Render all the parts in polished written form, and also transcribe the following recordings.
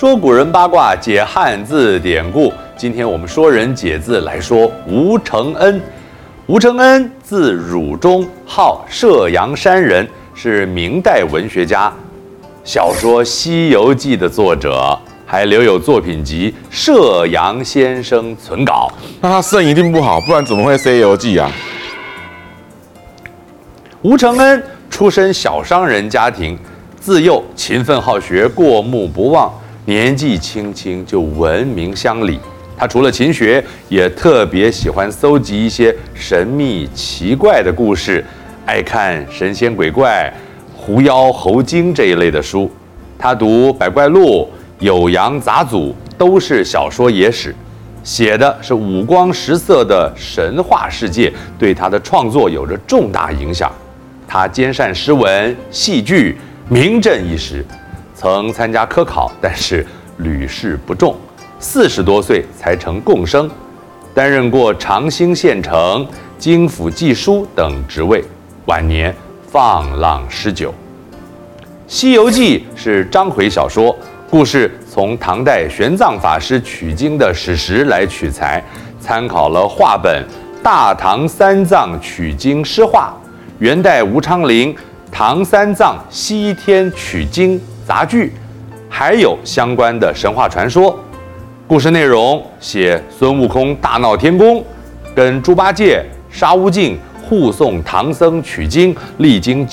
说古人八卦，解汉字典故。今天我们说人解字来说吴承恩。吴承恩字汝中，号射阳山人，是明代文学家，小说《西游记》的作者，还留有作品集《射阳先生存稿》。 那他肾一定不好，不然怎么会《西游记》啊？ 吴承恩出身小商人家庭，自幼勤奋好学，过目不忘，年纪轻轻就闻名乡里。他除了勤学，也特别喜欢搜集一些神秘奇怪的故事，爱看神仙鬼怪、狐妖猴精这一类的书。他读《百怪录》《酉阳杂俎》，都是小说野史，写的是五光十色的神话世界，对他的创作有着重大影响。他兼善诗文、戏剧，名震一时，曾参加科考，但是屡试不中。40多岁才成贡生，担任过长兴县丞、京府记书等职位。晚年放浪诗酒。《西游记》是章回小说，故事从唐代玄奘法师取经的史实来取材，参考了话本《大唐三藏取经诗话》、元代吴昌龄《唐三藏西天取经杂剧》，还有相关的神话传说。故事内容写孙悟空大闹天宫，跟猪八戒、沙悟净护送唐僧取经，历经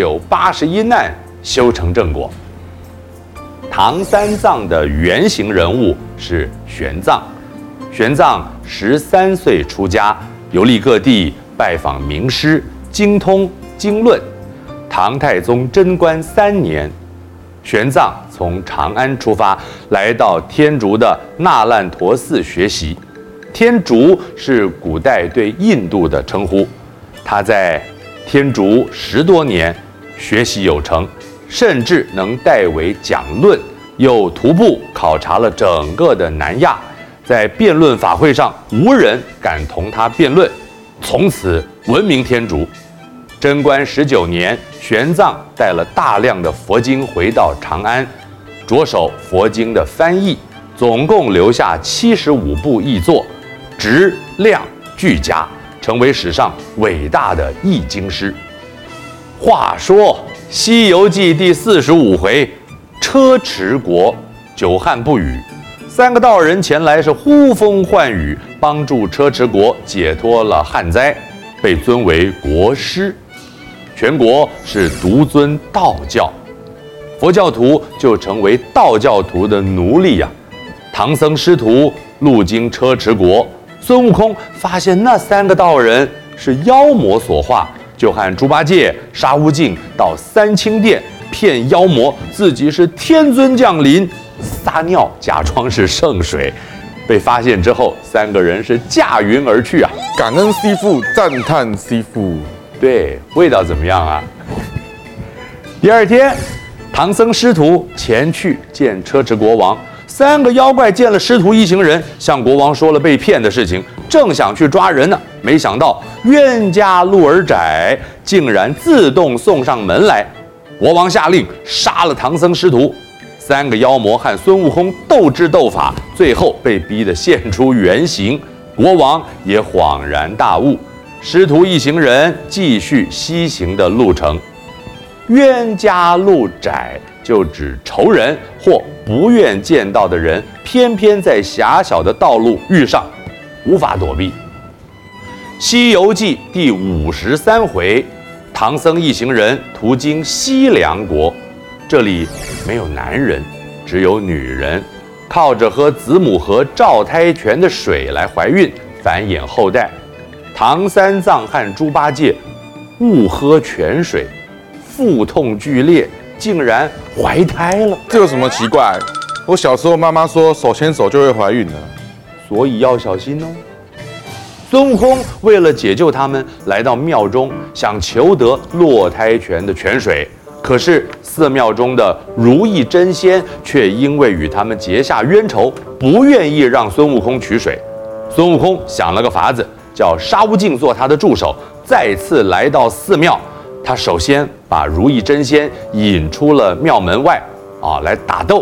9981难，修成正果。唐三藏的原型人物是玄奘。玄奘13岁出家，游历各地，拜访名师，精通经论。唐太宗贞观3年，玄奘从长安出发，来到天竺的那烂陀寺学习。天竺是古代对印度的称呼。他在天竺10多年，学习有成，甚至能代为讲论，又徒步考察了整个的南亚。在辩论法会上，无人敢同他辩论，从此闻名天竺。贞观19年，玄奘带了大量的佛经回到长安，着手佛经的翻译，总共留下75部译作，质量俱佳，成为史上伟大的译经师。话说《西游记》第45回，车迟国，久旱不雨，3个道人前来是呼风唤雨，帮助车迟国解脱了旱灾，被尊为国师。全国是独尊道教，佛教徒就成为道教徒的奴隶啊。唐僧师徒路经车迟国，孙悟空发现那3个道人是妖魔所化，就和猪八戒、沙悟净到三清殿骗妖魔自己是天尊降临，撒尿假装是圣水。被发现之后，3个人是驾云而去啊！ 感恩师父，赞叹师父。 对，味道怎么样啊？第2天，唐僧师徒前去见车迟国王，3个妖怪见了师徒一行人，向国王说了被骗的事情，正想去抓人呢，没想到冤家路儿窄，竟然自动送上门来。国王下令杀了唐僧师徒。3个妖魔和孙悟空斗智斗法，最后被逼得现出原形，国王也恍然大悟。师徒一行人继续西行的路程。冤家路窄就指仇人或不愿见到的人，偏偏在狭小的道路遇上，无法躲避。《西游记》第53回，唐僧一行人途经西凉国，这里没有男人，只有女人，靠着喝子母河照胎泉的水来怀孕，繁衍后代。唐三藏和猪八戒误喝泉水，腹痛剧烈，竟然怀胎了。 这有什么奇怪？我小时候妈妈说手牵手就会怀孕了， 所以要小心哦。孙悟空为了解救他们，来到庙中，想求得落胎泉的泉水。可是寺庙中的如意真仙却因为与他们结下冤仇，不愿意让孙悟空取水。孙悟空想了个法子，叫沙悟净做他的助手，再次来到寺庙。他首先把如意真仙引出了庙门外，来打斗，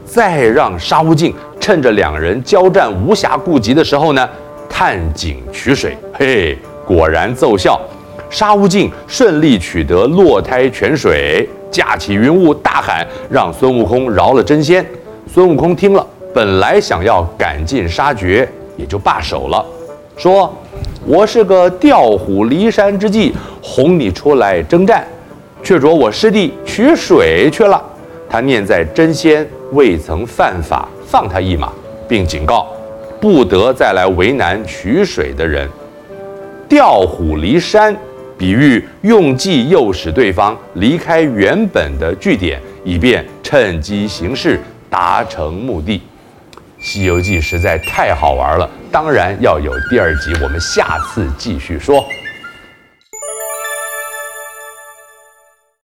再让沙悟净趁着两人交战无暇顾及的时候呢，探井取水。嘿，果然奏效，沙悟净顺利取得落胎泉水，架起云雾大喊，让孙悟空饶了真仙。孙悟空听了，本来想要赶尽杀绝，也就罢手了，说：“我是个调虎离山之计，哄你出来征战，却着我师弟取水去了。”他念在真仙未曾犯法，放他一马，并警告不得再来为难取水的人。调虎离山，比喻用计诱使对方离开原本的据点，以便趁机行事，达成目的。《西游记》实在太好玩了，当然要有第二集，我们下次继续说。